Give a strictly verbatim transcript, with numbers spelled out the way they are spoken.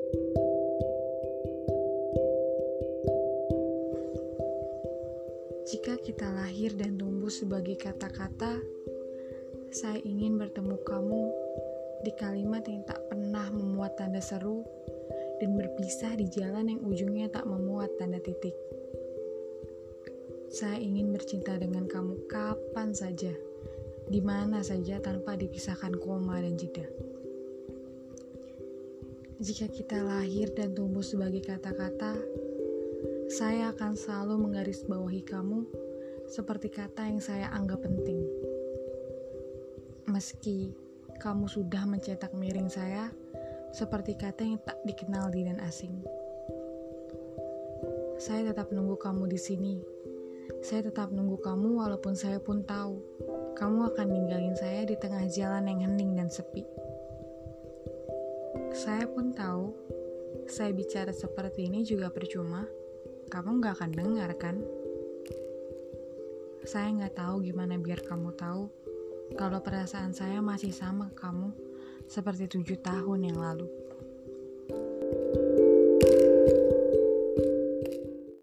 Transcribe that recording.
Jika kita lahir dan tumbuh sebagai kata-kata, saya ingin bertemu kamu di kalimat yang tak pernah memuat tanda seru dan berpisah di jalan yang ujungnya tak memuat tanda titik. Saya ingin bercinta dengan kamu kapan saja, di mana saja tanpa dipisahkan koma dan jeda. Jika kita lahir dan tumbuh sebagai kata-kata, saya akan selalu menggarisbawahi kamu seperti kata yang saya anggap penting. Meski kamu sudah mencetak miring saya seperti kata yang tak dikenal di dan asing. Saya tetap nunggu kamu di sini. Saya tetap nunggu kamu walaupun saya pun tahu kamu akan ninggalin saya di tengah jalan yang hening dan sepi. Saya pun tahu saya bicara seperti ini juga percuma. Kamu gak akan dengar kan? Saya gak tahu gimana biar kamu tahu kalau perasaan saya masih sama ke kamu seperti tujuh tahun yang lalu.